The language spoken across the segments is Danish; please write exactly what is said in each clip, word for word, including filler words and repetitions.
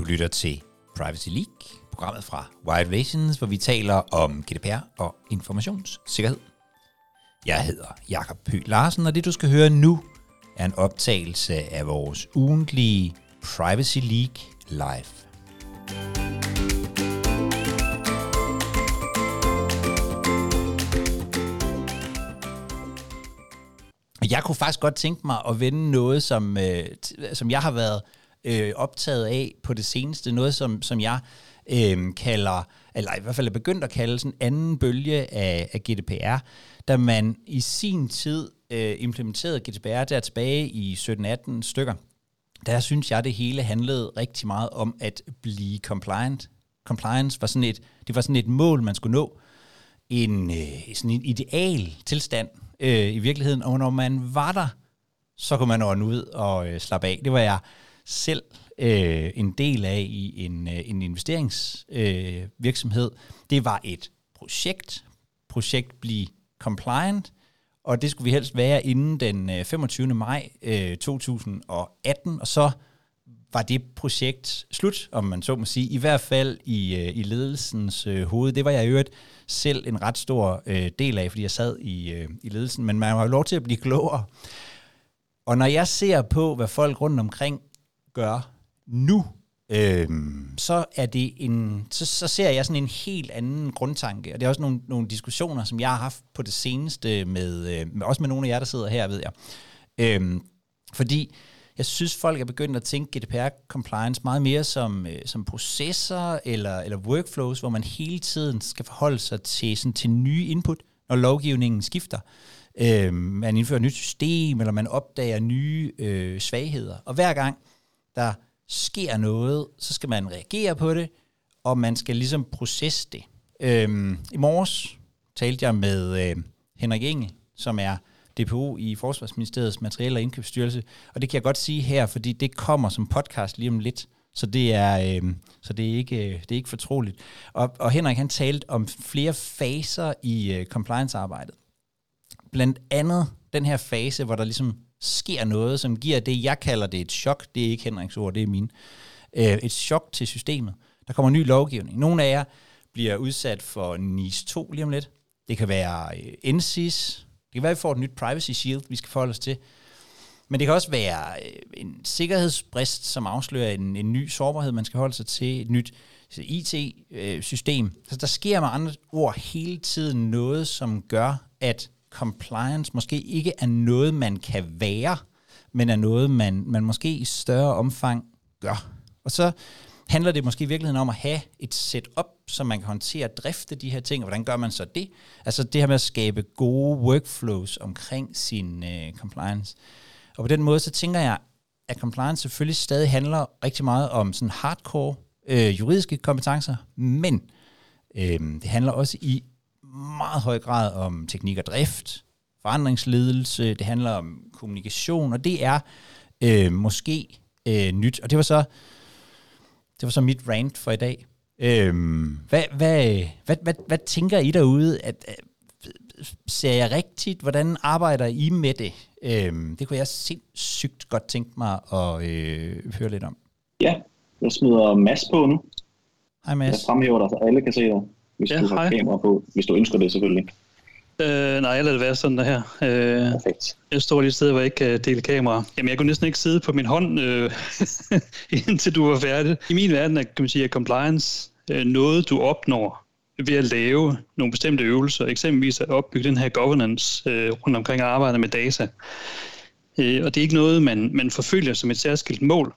Du lytter til Privacy League, programmet fra Wired Relations, hvor vi taler om G D P R og informationssikkerhed. Jeg hedder Jakob Høgh Larsen, og det du skal høre nu er en optagelse af vores ugentlige Privacy League live. Jeg kunne faktisk godt tænke mig at vende noget, som, øh, t- som jeg har været øh, optaget af på det seneste. Noget, som, som jeg øh, kalder, eller i hvert fald er begyndt at kalde sådan en anden bølge af, af G D P R, da man i sin tid øh, implementerede G D P R der tilbage i sytten atten stykker. Der synes jeg, det hele handlede rigtig meget om at blive compliant. Compliance var sådan et, det var sådan et mål, man skulle nå. En, øh, sådan en ideal tilstand øh, i virkeligheden, og når man var der, så kunne man ordne ud og øh, slappe af. Det var jeg selv øh, en del af i en, øh, en investeringsvirksomhed. Øh, det var et projekt, projekt Blive Compliant, og det skulle vi helst være inden den øh, femogtyvende maj øh, to tusind og atten, og så var det projekt slut, om man så må sige, i hvert fald i, øh, i ledelsens øh, hoved. Det var jeg i øvrigt selv en ret stor øh, del af, fordi jeg sad i, øh, i ledelsen, men man har jo lov til at blive klogere. Og når jeg ser på, hvad folk rundt omkring gør nu, øh, så er det en, så, så ser jeg sådan en helt anden grundtanke, og det er også nogle, nogle diskussioner, som jeg har haft på det seneste, med, øh, med også med nogle af jer, der sidder her, ved jeg. Øh, fordi jeg synes, folk er begyndt at tænke G D P R-compliance meget mere som, øh, som processer eller, eller workflows, hvor man hele tiden skal forholde sig til, sådan, til nye input, når lovgivningen skifter. Øh, man indfører et nyt system, eller man opdager nye øh, svagheder. Og hver gang der sker noget, så skal man reagere på det, og man skal ligesom processe det. Øh, I morges talte jeg med øh, Henrik Engel, som er D P O i Forsvarsministeriets Materiel- og Indkøbsstyrelse, og det kan jeg godt sige her, fordi det kommer som podcast lige om lidt, så det er, øh, så det er, ikke, det er ikke fortroligt. Og, og Henrik, han talte om flere faser i øh, compliance-arbejdet. Blandt andet den her fase, hvor der ligesom sker noget, som giver det, jeg kalder det et chok. Det er ikke Henriks ord, det er mine. Øh, et chok til systemet. Der kommer ny lovgivning. Nogle af jer bliver udsat for N I S to lige om lidt. Det kan være øh, N S I S. Det kan være, at vi får et nyt Privacy Shield, vi skal forholde os til. Men det kan også være øh, en sikkerhedsbrist, som afslører en, en ny sårbarhed, man skal holde sig til. Et nyt I T-system. Så der sker med andre ord hele tiden noget, som gør, at compliance måske ikke er noget, man kan være, men er noget, man, man måske i større omfang gør. Og så handler det måske i virkeligheden om at have et setup, så man kan håndtere og drifte de her ting. Og hvordan gør man så det? Altså det her med at skabe gode workflows omkring sin øh, compliance. Og på den måde, så tænker jeg, at compliance selvfølgelig stadig handler rigtig meget om sådan hardcore øh, juridiske kompetencer, men øh, det handler også i meget høj grad om teknik og drift, forandringsledelse, det handler om kommunikation, og det er øh, måske øh, nyt. Og det var så det var så mit rant for i dag. Øh, hvad, hvad, hvad, hvad, hvad tænker I derude? At, at, ser jeg rigtigt? Hvordan arbejder I med det? Øh, det kunne jeg sindssygt godt tænke mig at øh, høre lidt om. Ja, jeg smider Mads på nu. Hej Mads. Jeg fremhæver dig, så alle kan se dig. Hvis ja, du har hej. Kamera på, hvis du ønsker det selvfølgelig. Øh, nej, jeg lader det være sådan der her. Øh, Perfekt. Jeg står lige et sted, hvor jeg ikke kan dele kamera. Jamen, jeg kunne næsten ikke sidde på min hånd, øh, indtil du var færdig. I min verden er, kan man sige, at compliance øh, noget, du opnår ved at lave nogle bestemte øvelser. Eksempelvis at opbygge den her governance øh, rundt omkring at arbejde med data. Øh, og det er ikke noget, man, man forfølger som et særskilt mål.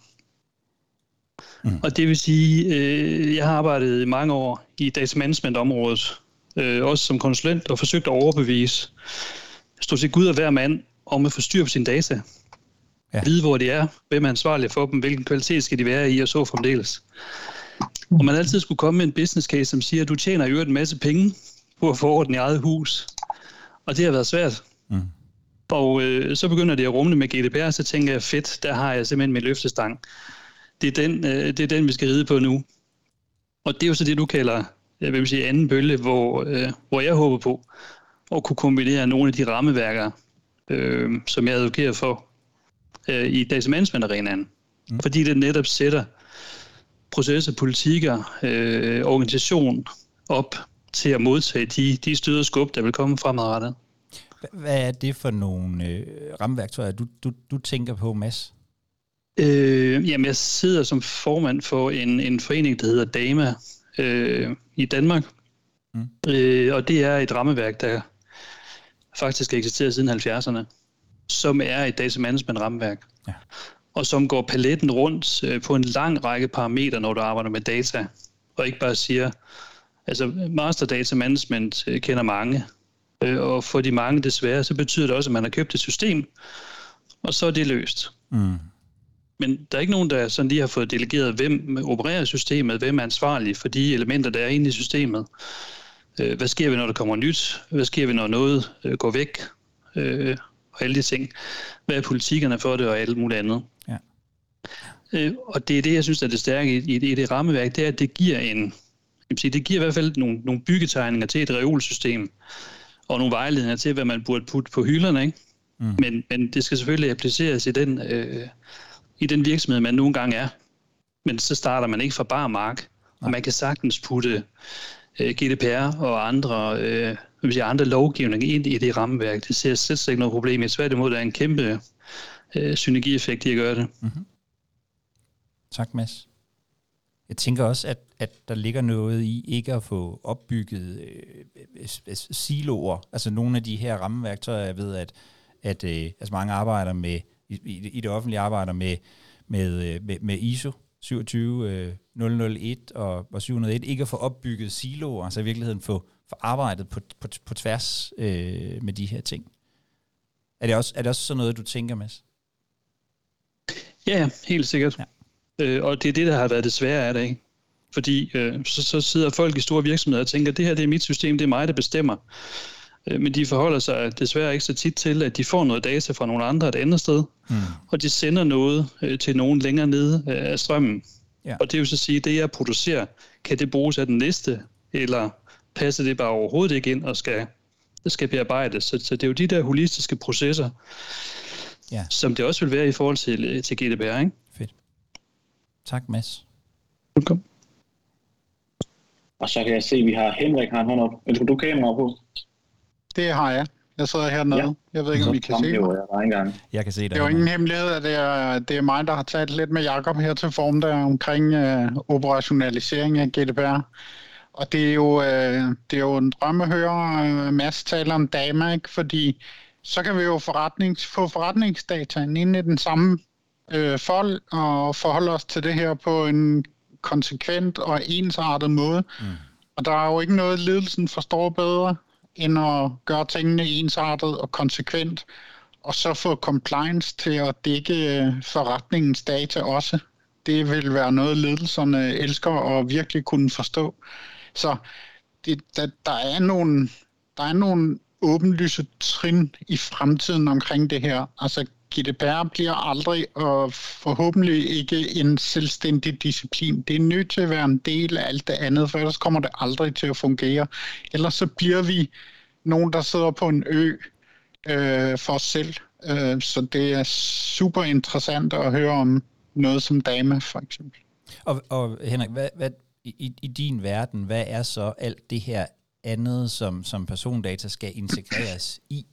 Mm. Og det vil sige, øh, jeg har arbejdet i mange år i data management-området, øh, også som konsulent, og forsøgt at overbevise stort set Gud og hver mand om at få styr på sine data. Ja. Vide, hvor de er, hvem er ansvarlig for dem, hvilken kvalitet skal de være i, og så fremdeles. Og man altid skulle komme med en business case, som siger, at du tjener i øvrigt en masse penge på at få orden i eget hus. Og det har været svært. Mm. Og øh, så begynder det at rumle med G D P R, så tænker jeg, fedt, der har jeg simpelthen min løftestang. Det er, den, øh, det er den, vi skal ride på nu. Og det er jo så det, du kalder, jeg vil sige, anden bølge, hvor, øh, hvor jeg håber på at kunne kombinere nogle af de rammeværker, øh, som jeg advokerer for øh, i data management arenaen. Mm. Fordi det netop sætter processer, politikker, øh, organisation op til at modtage de, de stød og skub, der vil komme fremadrettet. Hvad er det for nogle øh, rammeværktøjer, du, du, du tænker på, Mads? Øh, jamen, jeg sidder som formand for en, en forening, der hedder DAMA øh, i Danmark. Mm. Øh, og det er et rammeværk, der faktisk har eksisteret siden halvfjerdserne, som er et data management rammeværk. Ja. Og som går paletten rundt øh, på en lang række parametre, når du arbejder med data. Og ikke bare siger, altså master data management øh, kender mange. Øh, og for de mange desværre, så betyder det også, at man har købt et system, og så er det løst. Mm. Men der er ikke nogen, der sådan lige har fået delegeret, hvem opererer systemet, hvem er ansvarlig for de elementer, der er inde i systemet. Øh, hvad sker vi, når der kommer nyt? Hvad sker vi, når noget øh, går væk? Øh, og alle de ting. Hvad er politikkerne for det, og alt muligt andet? Ja. Øh, og det er det, jeg synes, der er det stærke i, i, i det rammeværk, det er, at det giver en, jeg vil sige, det giver i hvert fald nogle, nogle byggetegninger til et reolsystem, og nogle vejledninger til, hvad man burde putte på hylderne, ikke? Mm. Men, men det skal selvfølgelig appliceres i den, øh, i den virksomhed, man nogle gange er. Men så starter man ikke fra bar mark, og man kan sagtens putte øh, G D P R og andre, øh, vil sige, andre lovgivning ind i det rammeværk. Det ser slet ikke noget problem i. Tværtimod, der er en kæmpe øh, synergieffekt i at gøre det. Mm-hmm. Tak, Mads. Jeg tænker også, at, at der ligger noget i ikke at få opbygget øh, siloer. Altså nogle af de her rammeværktøjer, jeg ved, at, at øh, altså mange arbejder med, i, i det offentlige arbejder med, med, med, med I S O syvogtyve nul nul et og, og syv hundrede og et, ikke at få opbygget siloer, altså i virkeligheden få, få arbejdet på, på, på tværs øh, med de her ting. Er det, også, er det også sådan noget, du tænker, Mads? Ja, helt sikkert. Ja. Øh, og det er det, der har været det svære af det, ikke? Fordi øh, så, så sidder folk i store virksomheder og tænker, det her det er mit system, det er mig, der bestemmer. Øh, men de forholder sig desværre ikke så tit til, at de får noget data fra nogle andre et andet sted, mm. og de sender noget øh, til nogen længere nede øh, af strømmen. Ja. Og det vil så sige, at det jeg producerer, kan det bruges af den næste, eller passer det bare overhovedet ikke ind og skal, det skal bearbejdes. Så, så det er jo de der holistiske processer, ja. Som det også vil være i forhold til, til G D P R, ikke? Fedt. Tak, Mads. Velkommen. Og så kan jeg se, at vi har Henrik har en hånd op. Ønsker du kamera på? Det har jeg. Jeg sidder hernede. Ja. Jeg ved ikke, om I kan se mig. Jeg kan se det. Det er jo ingen hemmelighed, at det er, det er mig, der har talt lidt med Jakob her til form der omkring øh, operationalisering af G D P R. Og det er jo, øh, det er jo en drøm at høre øh, Mads tale om DAMA, ikke? Fordi så kan vi jo forretnings, få forretningsdataen ind i den samme øh, fold og forholde os til det her på en konsekvent og ensartet måde. Mm. Og der er jo ikke noget, ledelsen forstår bedre, end at gøre tingene ensartet og konsekvent, og så få compliance til at dække forretningens data også. Det vil være noget, ledelserne elsker og virkelig kunne forstå. Så det, der, der er nogle, der er nogle åbenlyse trin i fremtiden omkring det her. Altså G D P R bliver aldrig og forhåbentlig ikke en selvstændig disciplin. Det er nødt til at være en del af alt det andet, for ellers kommer det aldrig til at fungere. Ellers så bliver vi nogen, der sidder på en ø øh, for os selv. Øh, så det er super interessant at høre om noget som DAMA, for eksempel. Og, og Henrik, hvad, hvad, i, i din verden, hvad er så alt det her andet, som, som persondata skal integreres i?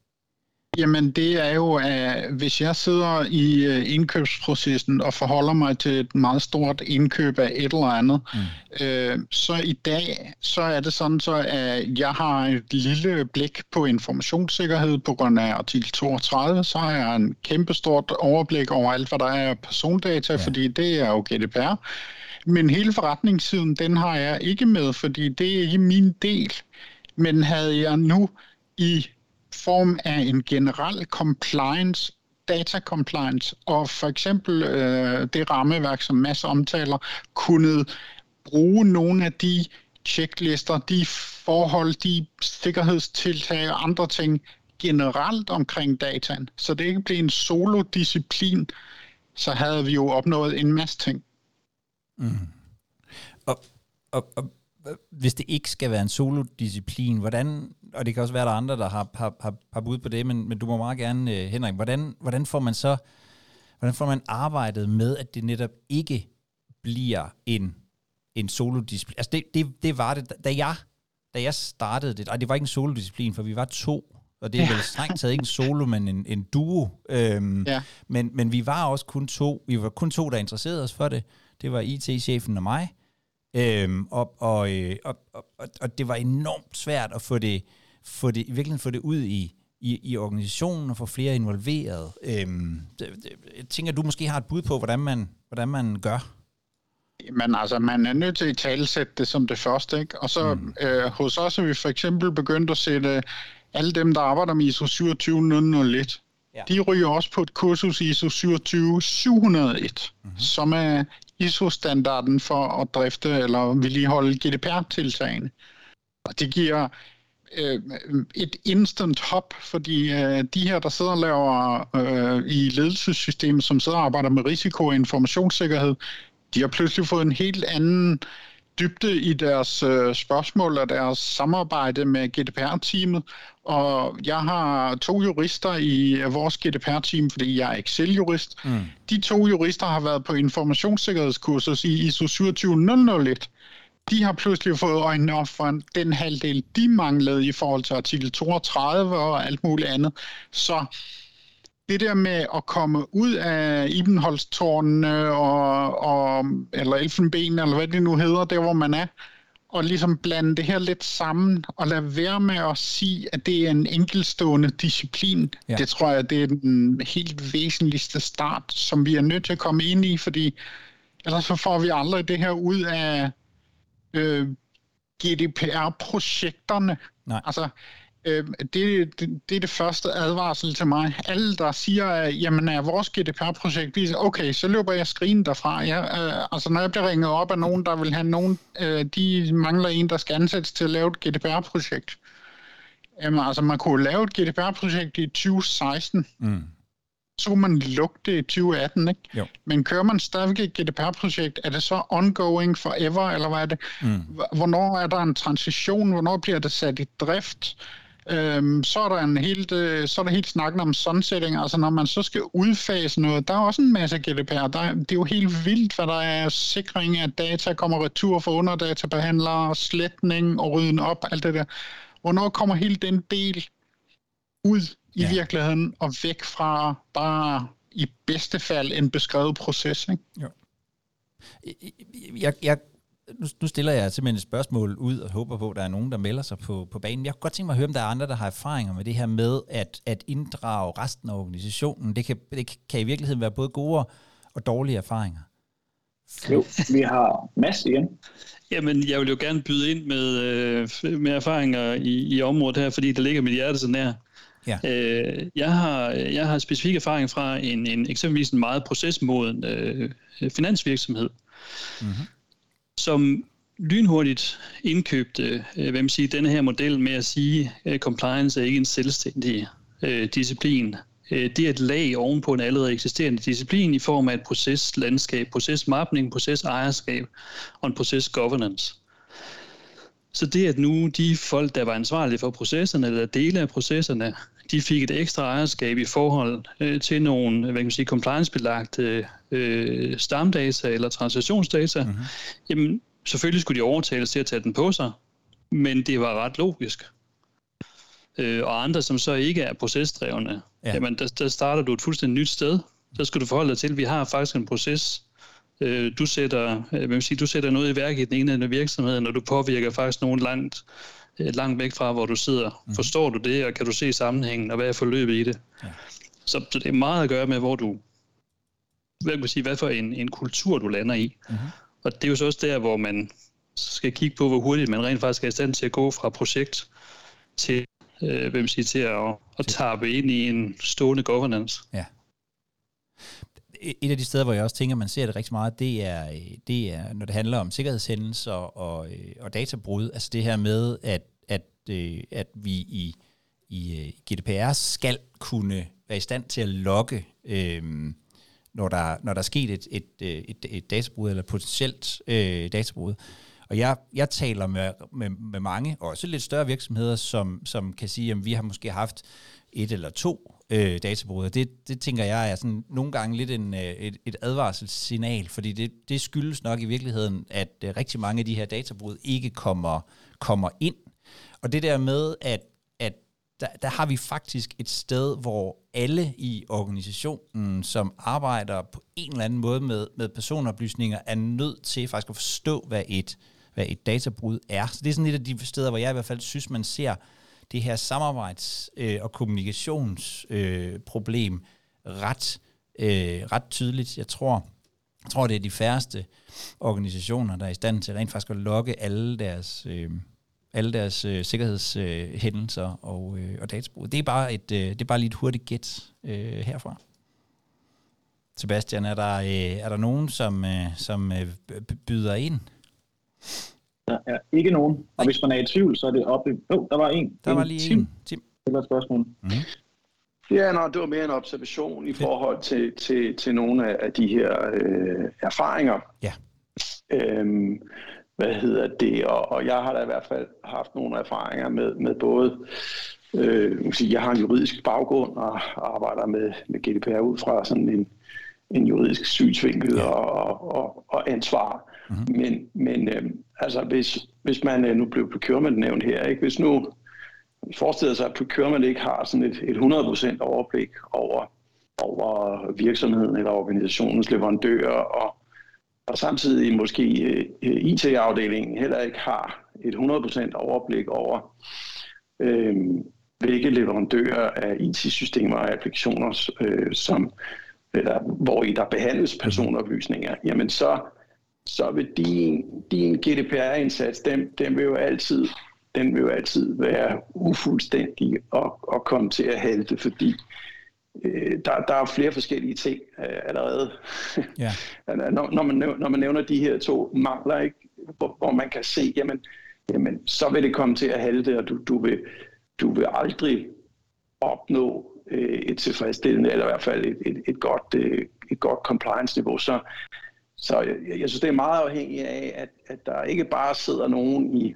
Jamen det er jo, at hvis jeg sidder i indkøbsprocessen og forholder mig til et meget stort indkøb af et eller andet, mm. øh, så i dag så er det sådan, så at jeg har et lille blik på informationssikkerhed på grund af artikel toogtredive, så har jeg en kæmpestort overblik over alt, hvad der er persondata, ja. Fordi det er jo G D P R. Men hele forretningssiden, den har jeg ikke med, fordi det er ikke min del. Men havde jeg nu i form af en generel compliance, data compliance, og for eksempel øh, det rammeværk, som Mads omtaler, kunne bruge nogle af de checklister, de forhold, de sikkerhedstiltag og andre ting generelt omkring dataen, så det ikke blev en solo-disciplin, så havde vi jo opnået en masse ting. Mm. Og, og, og hvis det ikke skal være en solo-disciplin, hvordan, og det kan også være, der er andre, der har, har, har, har bud på det, men, men du må meget gerne, Henrik, hvordan, hvordan får man så, hvordan får man arbejdet med, at det netop ikke bliver en, en solodisciplin. Altså det, det, det var det, da jeg, da jeg startede det, og det var ikke en solodisciplin, for vi var to, og det er vel strengt taget ikke en solo, men en, en duo. Øhm, ja. men, men vi var også kun to, vi var kun to, der interesserede os for det. Det var I T-chefen og mig, øhm, og, og, og, og, og det var enormt svært at få det, få det, virkelig få det ud i, i, i organisationen og få flere involveret. Øhm, det, det, jeg tænker, du måske har et bud på, hvordan man, hvordan man gør. Men altså, man er nødt til at talesætte det som det første, ikke? Og så mm. øh, hos os er vi for eksempel begyndt at sætte alle dem, der arbejder med I S O syvogtyve nul nul et, ja. De ryger også på et kursus i I S O syvogtyve syv hundrede og en, mm-hmm. som er I S O-standarden for at drifte eller vedligeholde G D P R-tiltagene. Og det giver øh, et instant hop, fordi øh, de her, der sidder og laver øh, i ledelsessystemet, som sidder og arbejder med risiko og informationssikkerhed, de har pludselig fået en helt anden dybde i deres øh, spørgsmål og deres samarbejde med G D P R-teamet. Og jeg har to jurister i vores G D P R-team, fordi jeg er Excel-jurist. Mm. De to jurister har været på informationssikkerhedskurser i I S O syvogtyve nul nul et. De har pludselig fået øjnene op for den halvdel, de manglede i forhold til artikel toogtredive og alt muligt andet. Så det der med at komme ud af Ibenholtstårnene og, og, eller Elfenben, eller hvad det nu hedder, der hvor man er, og ligesom blande det her lidt sammen, og lade være med at sige, at det er en enkeltstående disciplin. Ja. Det tror jeg, det er den helt væsentligste start, som vi er nødt til at komme ind i, fordi ellers så får vi aldrig det her ud af øh, G D P R-projekterne. Nej. Altså, Det, det, det er det første advarsel til mig. Alle, der siger, at jamen, er vores G D P R-projekt, de siger, okay, så løber jeg skrigen derfra. Jeg, øh, altså, når jeg bliver ringet op af nogen, der vil have nogen, øh, de mangler en, der skal ansættes til at lave et G D P R-projekt. Jamen, altså, man kunne lave et G D P R-projekt i tyve seksten. Mm. Så kunne man lukke det i tyve atten, ikke? Jo. Men kører man stadig et G D P R-projekt, er det så ongoing forever, eller hvad er det? Mm. Hvornår er der en transition? Hvornår bliver det sat i drift? Øhm, så er der en helt, øh, så er der helt snakken om sunsetting, altså når man så skal udfase noget, der er også en masse G D P R, der er, det er jo helt vildt, hvad der er sikring af data, kommer retur for underdatabehandlere, sletning og rydden op, alt det der. Hvornår kommer hele den del ud i ja. virkeligheden og væk fra bare i bedste fald en beskrevet proces, ikke? Jo. Jeg, jeg Nu, nu stiller jeg simpelthen et spørgsmål ud og håber på, at der er nogen, der melder sig på, på banen. Jeg kunne godt tænke mig at høre, om der er andre, der har erfaringer med det her med at, at inddrage resten af organisationen. Det kan, det kan i virkeligheden være både gode og dårlige erfaringer. Jo, vi har Mads igen. Jamen, jeg vil jo gerne byde ind med, øh, med erfaringer i, i området her, fordi det ligger mit hjerte så nær. Ja. Øh, jeg, har, jeg har specifik erfaring fra en, en eksempelvis en meget procesmoden øh, finansvirksomhed. Mm-hmm. Som lynhurtigt indkøbte øh, hvem siger, denne her model med at sige, at compliance er ikke en selvstændig øh, disciplin. Øh, det er et lag ovenpå en allerede eksisterende disciplin i form af et proceslandskab, procesmapning, procesejerskab og en procesgovernance. Så det, at nu de folk, der var ansvarlige for processerne, eller dele af processerne, de fik et ekstra ejerskab i forhold øh, til nogle hvad kan man sige, compliance-belagte øh, stamdata eller transaktionsdata, mm-hmm. Jamen selvfølgelig skulle de overtales til at tage den på sig, men det var ret logisk. Øh, og andre, som så ikke er procesdrevne, ja. Jamen der, der starter du et fuldstændig nyt sted. Så skal du forholde dig til, at vi har faktisk en proces. Øh, du, sætter, øh, man sige, du sætter noget i værk i den ene af virksomheden, og du påvirker faktisk nogen langt langt væk fra, hvor du sidder. Mm. Forstår du det, og kan du se sammenhængen, og hvad er forløbet i det? Ja. Så, så det er meget at gøre med, hvor du, hvad kan man sige, hvad for en, en kultur, du lander i. Mm-hmm. Og det er jo så også der, hvor man skal kigge på, hvor hurtigt man rent faktisk er i stand til at gå fra projekt til, øh, hvad man siger, til at, at tappe ind i en stående governance. Ja. Et af de steder, hvor jeg også tænker, man ser det rigtig meget, det er, det er når det handler om sikkerhedshændelser og, og databrud. Altså det her med, at, at, at vi i, i G D P R skal kunne være i stand til at logge, øhm, når, der, når der er sket et, et, et, et databrud eller potentielt øh, databrud. Og jeg, jeg taler med, med, med mange, også lidt større virksomheder, som, som kan sige, at vi har måske haft et eller to øh, databrud. Det, det tænker jeg er sådan nogle gange lidt en, øh, et, et advarselssignal, fordi det, det skyldes nok i virkeligheden, at øh, rigtig mange af de her databrud ikke kommer, kommer ind. Og det der med, at, at der, der har vi faktisk et sted, hvor alle i organisationen, som arbejder på en eller anden måde med, med personoplysninger, er nødt til faktisk at forstå, hvad et, hvad et databrud er. Så det er sådan et af de steder, hvor jeg i hvert fald synes, man ser det her samarbejds- øh, og kommunikationsproblem øh, ret, øh, ret tydeligt. Jeg tror, jeg tror, det er de færreste organisationer, der er i stand til rent faktisk at logge alle deres, øh, alle deres øh, sikkerhedshændelser øh, og, øh, og databrud. Det er bare et, øh, det er bare lige et hurtigt gæt øh, herfra. Sebastian, er der, øh, er der nogen, som, øh, som øh, byder ind? Der er ikke nogen. Og hvis man er i tvivl, så er det oppe... Åh, oh, der var en. Der en var lige Tim. en. Tim. Det var et spørgsmål. Mm-hmm. Ja, nå, det var mere en observation i forhold til, til, til nogle af de her øh, erfaringer. Ja. Øhm, hvad hedder det? Og, og jeg har da i hvert fald haft nogle erfaringer med, med både... Øh, jeg, sige, jeg har en juridisk baggrund og arbejder med, med G D P R ud fra sådan en, en juridisk synsvinkel ja. og, og, og ansvar. Mm-hmm. Men, men øh, altså, hvis, hvis man, øh, nu blev procurement nævnt her, ikke? Hvis nu forestiller sig, at procurement ikke har sådan et, et hundrede procent overblik over, over virksomheden eller organisationens leverandører, og, og samtidig måske øh, I T-afdelingen heller ikke har et hundrede procent overblik over, øh, hvilke leverandører af I T-systemer og applikationer, øh, som, eller, hvor i der behandles personoplysninger, jamen så så vil din, din G D P R-indsats, den, den vil jo altid, den vil jo altid være ufuldstændig og, og komme til at halte, fordi øh, der, der er flere forskellige ting øh, allerede. Yeah. når, når, man nævner, når man nævner de her to mangler, ikke, hvor, hvor man kan se, jamen, jamen, så vil det komme til at halte, og du, du, vil, du vil aldrig opnå øh, et tilfredsstillende, eller i hvert fald et, et, et, godt, øh, et godt compliance-niveau. Så Så jeg, jeg synes, det er meget afhængigt af, at, at der ikke bare sidder nogen i,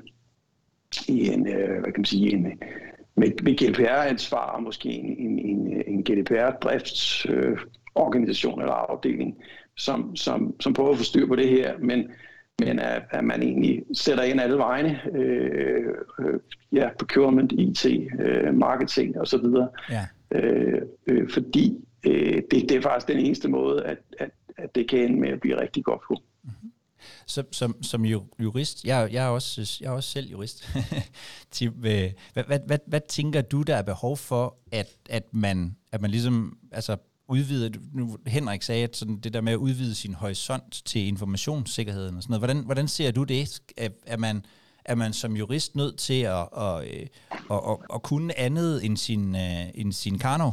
i en, øh, hvad kan man sige, en, med, med G D P R-ansvar, og måske en, en, en, en G D P R-driftsorganisation øh, eller afdeling, som, som, som prøver at få styr på det her, men, men at, at man egentlig sætter ind alle vegne, øh, øh, ja, procurement, I T, øh, marketing osv., ja. øh, øh, fordi øh, det, det er faktisk den eneste måde, at, at at det kan ende med at blive rigtig godt på. Mm-hmm. Så, som, som jurist, jeg, jeg, er også, jeg er også selv jurist, hvad, hvad, hvad, hvad tænker du, der er behov for, at, at, man, at man ligesom altså udvider, nu Henrik sagde, at sådan det der med at udvide sin horisont til informationssikkerheden og sådan noget, hvordan, hvordan ser du det? Er, er, man, er man som jurist nødt til at, at, at, at, at, at kunne andet end sin, end sin karno?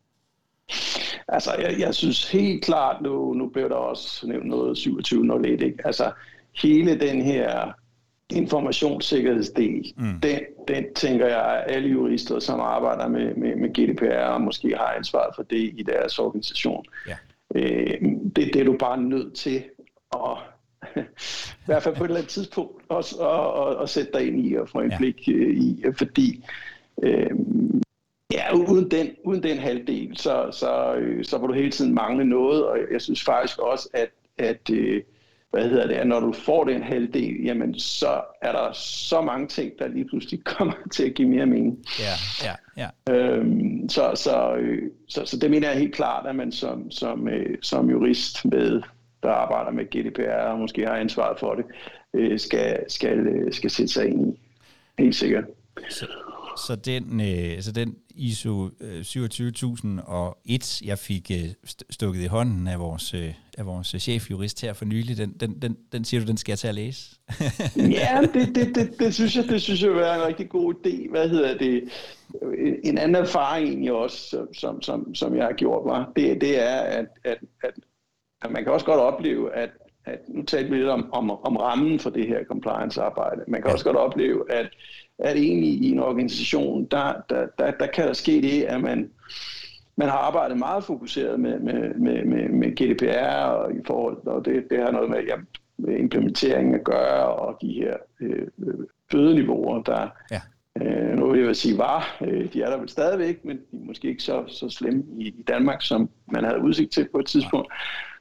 Altså, jeg, jeg synes helt klart, nu, nu blev der også nævnt noget syvogtyve nul et, ikke? Altså, hele den her informationssikkerhedsdel, mm. den, den tænker jeg, at alle jurister, som arbejder med, med, med G D P R, og måske har ansvaret for det i deres organisation, ja. øh, det, det er du bare nødt til at, i hvert fald på et eller andet tidspunkt, også at, at, at sætte dig ind i og få en ja. blik i, fordi øh, ja, uden den, uden den halvdel, så, så, øh, så vil du hele tiden mangle noget, og jeg synes faktisk også, at, at øh, hvad hedder det, at når du får den halvdel, jamen så er der så mange ting, der lige pludselig kommer til at give mere mening. Ja, ja, ja. Øhm, så, så, øh, så, så det mener jeg helt klart, at man som, som, øh, som jurist med, der arbejder med G D P R og måske har ansvaret for det, øh, skal, skal, øh, skal sætte sig ind i. Helt sikkert. Så. Så den, øh, så den I S O øh, syvogtyve tusind og et, jeg fik øh, stukket i hånden af vores, øh, af vores chefjurist her for nylig, den, den, den, den siger du, den skal jeg til at læse? Ja, det, det, det, det, synes jeg, det synes jeg vil være en rigtig god idé. Hvad hedder det? En anden erfaring egentlig også, som, som, som jeg har gjort mig, det, det er, at, at, at, at man kan også godt opleve, at, at nu taler vi lidt om, om, om rammen for det her compliance-arbejde. Man kan ja. også godt opleve, at at egentlig i en organisation, der, der, der, der kan der ske det, at man, man har arbejdet meget fokuseret med, med, med, med, med G D P R, og, i forhold, og det, det har noget med, ja, med implementeringen at gøre, og de her øh, bødeniveauer, der ja. øh, nu vil jeg sige var, øh, de er der vel stadigvæk, men måske ikke så, så slemme i, i Danmark, som man havde udsigt til på et tidspunkt.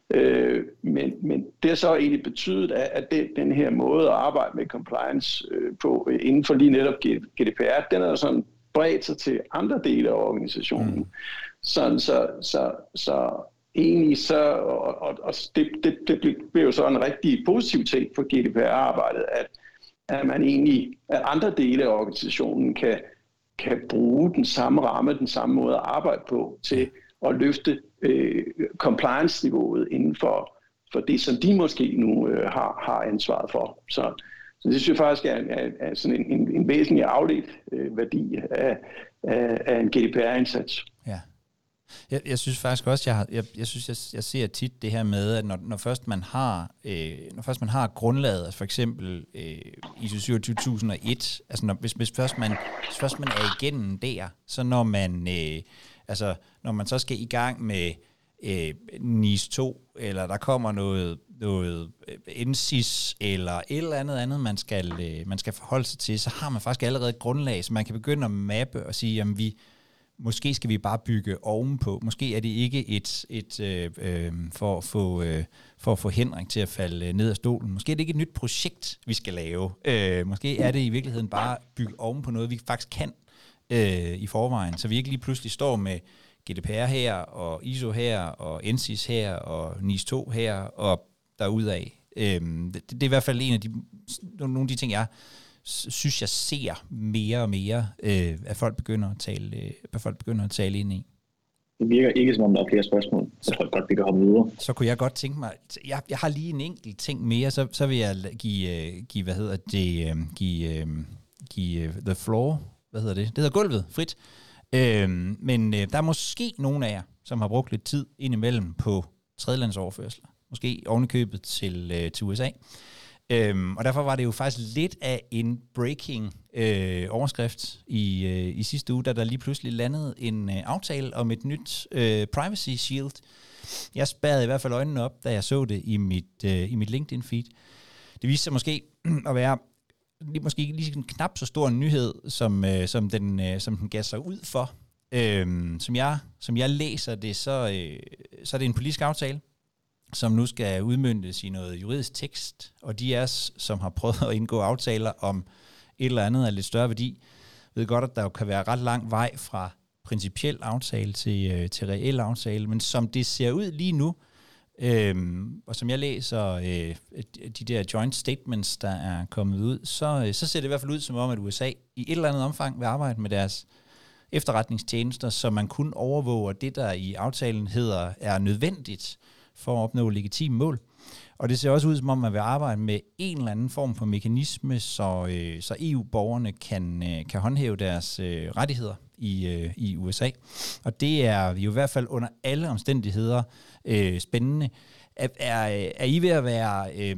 Øh, men, men det har så egentlig betydet, at, at det, den her måde at arbejde med compliance øh, på øh, inden for lige netop G D P R, den er sådan bredt sig til andre dele af organisationen. Mm. Sådan, så, så, så egentlig så, og, og, og det, det, det bliver jo så en rigtig positiv ting for G D P R-arbejdet, at, at man egentlig, at andre dele af organisationen kan, kan bruge den samme ramme, den samme måde at arbejde på til at løfte øh, compliance-niveauet inden for, for det, som de måske nu øh, har, har ansvaret for. Så, så det synes jeg faktisk er, er, er sådan en, en, en væsentlig afledt øh, værdi af, af, af en G D P R-indsats. Ja. Jeg, jeg synes faktisk også, jeg, har, jeg, jeg synes, jeg, jeg ser tit det her med, at når, når først man har, øh, når først man har grundlaget, altså for eksempel øh, I S O syvogtyve tusind og et, altså når, hvis, hvis, først man, hvis først man er igennem der, så når man, øh, altså når man så skal i gang med øh, N I S to, eller der kommer noget, noget N S I S, eller et eller andet andet, man skal, øh, man skal forholde sig til, så har man faktisk allerede et grundlag, så man kan begynde at mappe og sige, jamen vi måske skal vi bare bygge ovenpå. Måske er det ikke et, et øh, øh, for, at få, øh, for at få Henrik til at falde ned af stolen. Måske er det ikke et nyt projekt, vi skal lave. Øh, måske er det i virkeligheden bare bygge ovenpå noget, vi faktisk kan øh, i forvejen. Så vi ikke lige pludselig står med G D P R her, og I S O her, og N S I S her, og N I S to her, og derudad. Øh, det, det er i hvert fald en af de, nogle af de ting, jeg synes jeg ser mere og mere, øh, at folk begynder at tale, øh, at folk begynder at tale ind i. Det virker ikke som om der er flere spørgsmål. Så tror jeg godt, vi kan hoppe videre. Så kunne jeg godt tænke mig, jeg, jeg har lige en enkelt ting mere, så, så vil jeg give, give, hvad hedder det, give, give the floor, hvad hedder det? Det hedder gulvet, frit. Øh, men øh, der er måske nogen af jer, som har brugt lidt tid indimellem på tredjelandsoverførsler. Måske ovenikøbet til, øh, til U S A. Øhm, og derfor var det jo faktisk lidt af en breaking øh, overskrift i, øh, i sidste uge, da der lige pludselig landede en øh, aftale om et nyt øh, privacy shield. Jeg spærrede i hvert fald øjnene op, da jeg så det i mit, øh, i mit LinkedIn-feed. Det viste sig måske at være lige, måske lige en knap så stor en nyhed, som, øh, som, den, øh, som den gav sig ud for. Øhm, som, jeg, som jeg læser det, så, øh, så er det en politisk aftale, som nu skal udmøntes i noget juridisk tekst, og de af os, som har prøvet at indgå aftaler om et eller andet af lidt større værdi, ved godt, at der jo kan være ret lang vej fra principiel aftale til, øh, til reel aftale, men som det ser ud lige nu, øh, og som jeg læser øh, de der joint statements, der er kommet ud, så, øh, så ser det i hvert fald ud som om, at U S A i et eller andet omfang vil arbejde med deres efterretningstjenester, så man kun overvåger det, der i aftalen hedder, er nødvendigt for at opnå legitime mål. Og det ser også ud, som om man vil arbejde med en eller anden form for mekanisme, så, øh, så E U-borgerne kan, øh, kan håndhæve deres øh, rettigheder i, øh, i U S A. Og det er jo i hvert fald under alle omstændigheder øh, spændende. Er, er, er I ved at være øh,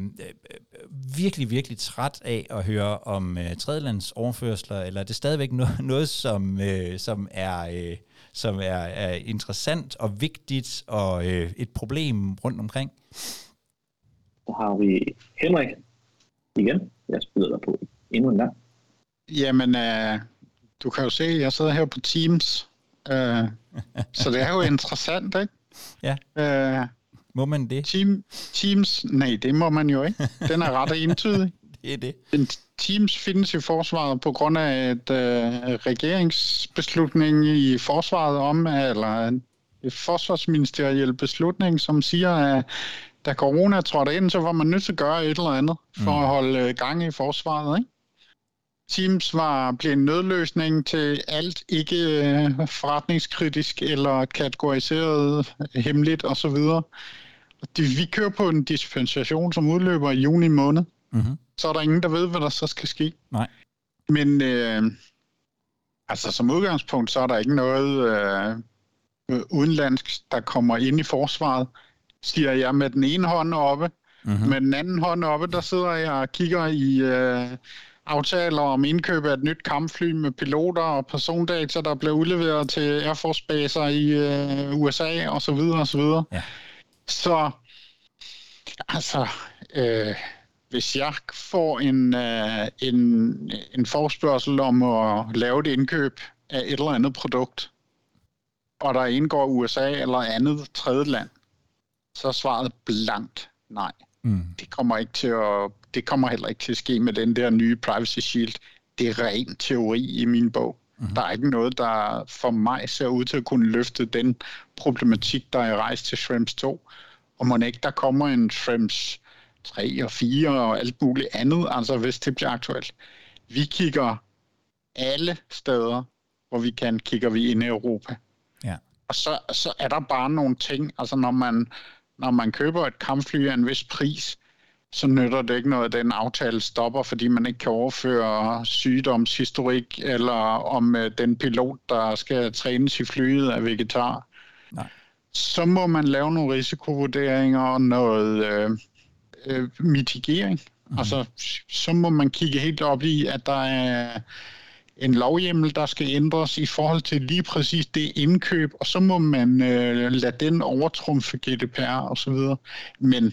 virkelig, virkelig træt af at høre om øh, tredjelandsoverførsler, eller er det stadigvæk no- noget, som, øh, som er... Øh, som er, er interessant og vigtigt og øh, et problem rundt omkring? Så har vi Henrik igen. Jeg spiller dig på endnu en gang. Jamen, øh, du kan jo se, at jeg sidder her på Teams. Øh, så det er jo interessant, ikke? Ja. Øh, må man det? Team, teams, nej, det må man jo ikke. Den er ret entydig. Det er det. En Teams findes i forsvaret på grund af et øh, regeringsbeslutning i forsvaret om, eller en forsvarsministeriel beslutning, som siger, at da corona trådte ind, så var man nødt til at gøre et eller andet for mm. at holde gang i forsvaret, ikke? Teams var blevet en nødløsning til alt ikke øh, forretningskritisk eller kategoriseret hemmeligt osv. Vi kører på en dispensation, som udløber i juni måned. Mm-hmm. Så er der ingen, der ved, hvad der så skal ske. Nej. Men øh, altså som udgangspunkt, så er der ikke noget øh, udenlandsk, der kommer ind i forsvaret, siger jeg med den ene hånd oppe. Mm-hmm. Med den anden hånd oppe, der sidder jeg og kigger i øh, aftaler om indkøb af et nyt kampfly med piloter og persondata, der bliver udleveret til Air Force baser i øh, U S A og så videre og så videre. Ja. Så altså... Øh, Hvis jeg får en, øh, en, en forespørgsel om at lave et indkøb af et eller andet produkt, og der indgår U S A eller andet tredje land, så er svaret blankt nej. Mm. Det kommer ikke til at, det kommer heller ikke til at ske med den der nye Privacy Shield. Det er ren teori i min bog. Mm-hmm. Der er ikke noget, der for mig ser ud til at kunne løfte den problematik, der er rejst til Schrems to. Og må ikke, der kommer en Schrems tre og fire og alt muligt andet, altså hvis det bliver aktuelt. Vi kigger alle steder, hvor vi kan, kigger vi ind i Europa. Ja. Og så, så er der bare nogle ting, altså når man, når man køber et kampfly af en vis pris, så nytter det ikke noget, at den aftale stopper, fordi man ikke kan overføre sygdomshistorik, eller om uh, den pilot, der skal trænes i flyet, er vegetar. Nej. Så må man lave nogle risikovurderinger og noget øh, øh, mitigering. Mm-hmm. Altså, så må man kigge helt op i, at der er en lovhjemmel, der skal ændres i forhold til lige præcis det indkøb, og så må man øh, lade den overtrumfe G D P R og så videre. Men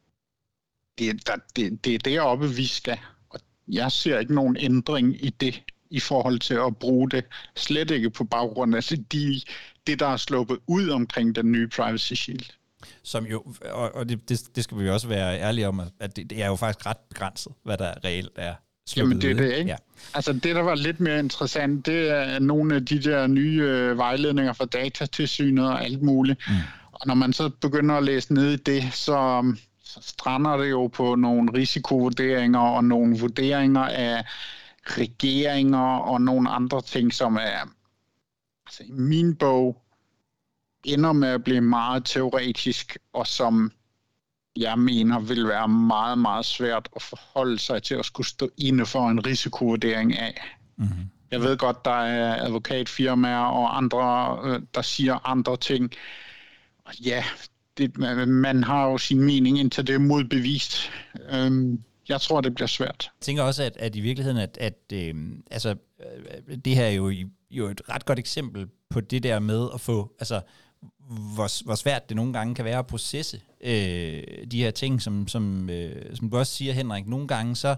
det, der, det, det er deroppe, vi skal. Og jeg ser ikke nogen ændring i det, i forhold til at bruge det. Slet ikke på baggrund af de, det, der er sluppet ud omkring den nye Privacy Shield. Som jo, og, og det, det, det skal vi jo også være ærlige om, at det, det er jo faktisk ret begrænset, hvad der reelt er sluppet. Jamen det er det, ikke? Ja. Altså det, der var lidt mere interessant, det er nogle af de der nye øh, vejledninger fra Datatilsynet og alt muligt. Mm. Og når man så begynder at læse ned i det, så... så strander det jo på nogle risikovurderinger og nogle vurderinger af regeringer og nogle andre ting, som er, altså i min bog, ender med at blive meget teoretisk, og som jeg mener vil være meget, meget svært at forholde sig til at skulle stå inde for en risikovurdering af. Mm-hmm. Jeg ved godt, der er advokatfirmaer og andre, der siger andre ting. Og ja, det, man har jo sin mening, indtil det er modbevist. Øhm, jeg tror, det bliver svært. Jeg tænker også, at, at i virkeligheden, at, at øh, altså, det her er jo, jo et ret godt eksempel på det der med at få, altså, hvor, hvor svært det nogle gange kan være at processe øh, de her ting, som, som, øh, som du også siger, Henrik. Nogle gange, så,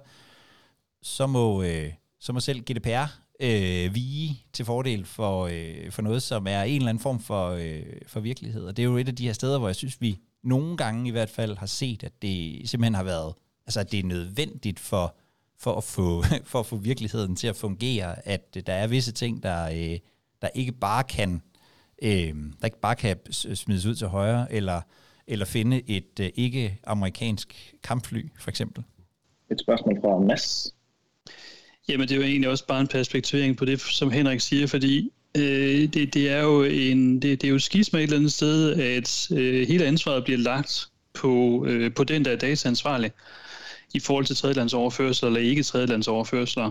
så, må, øh, så må selv G D P R øh, vige til fordel for, øh, for noget, som er en eller anden form for, øh, for virkelighed. Og det er jo et af de her steder, hvor jeg synes, vi nogle gange i hvert fald har set, at det simpelthen har været, altså at det er nødvendigt for, for, at, få, for at få virkeligheden til at fungere, at der er visse ting, der, øh, der ikke bare kan øh, der ikke bare kan smides ud til højre, eller, eller finde et øh, ikke-amerikansk kampfly, for eksempel. Et spørgsmål fra Mads. Jamen, det er jo egentlig også bare en perspektivering på det, som Henrik siger, fordi øh, det, det er jo en, det, det er jo skisma et eller andet sted, at øh, hele ansvaret bliver lagt på, øh, på den, der er dataansvarlig i forhold til tredjelandsoverførsler eller ikke tredjelandsoverførsler.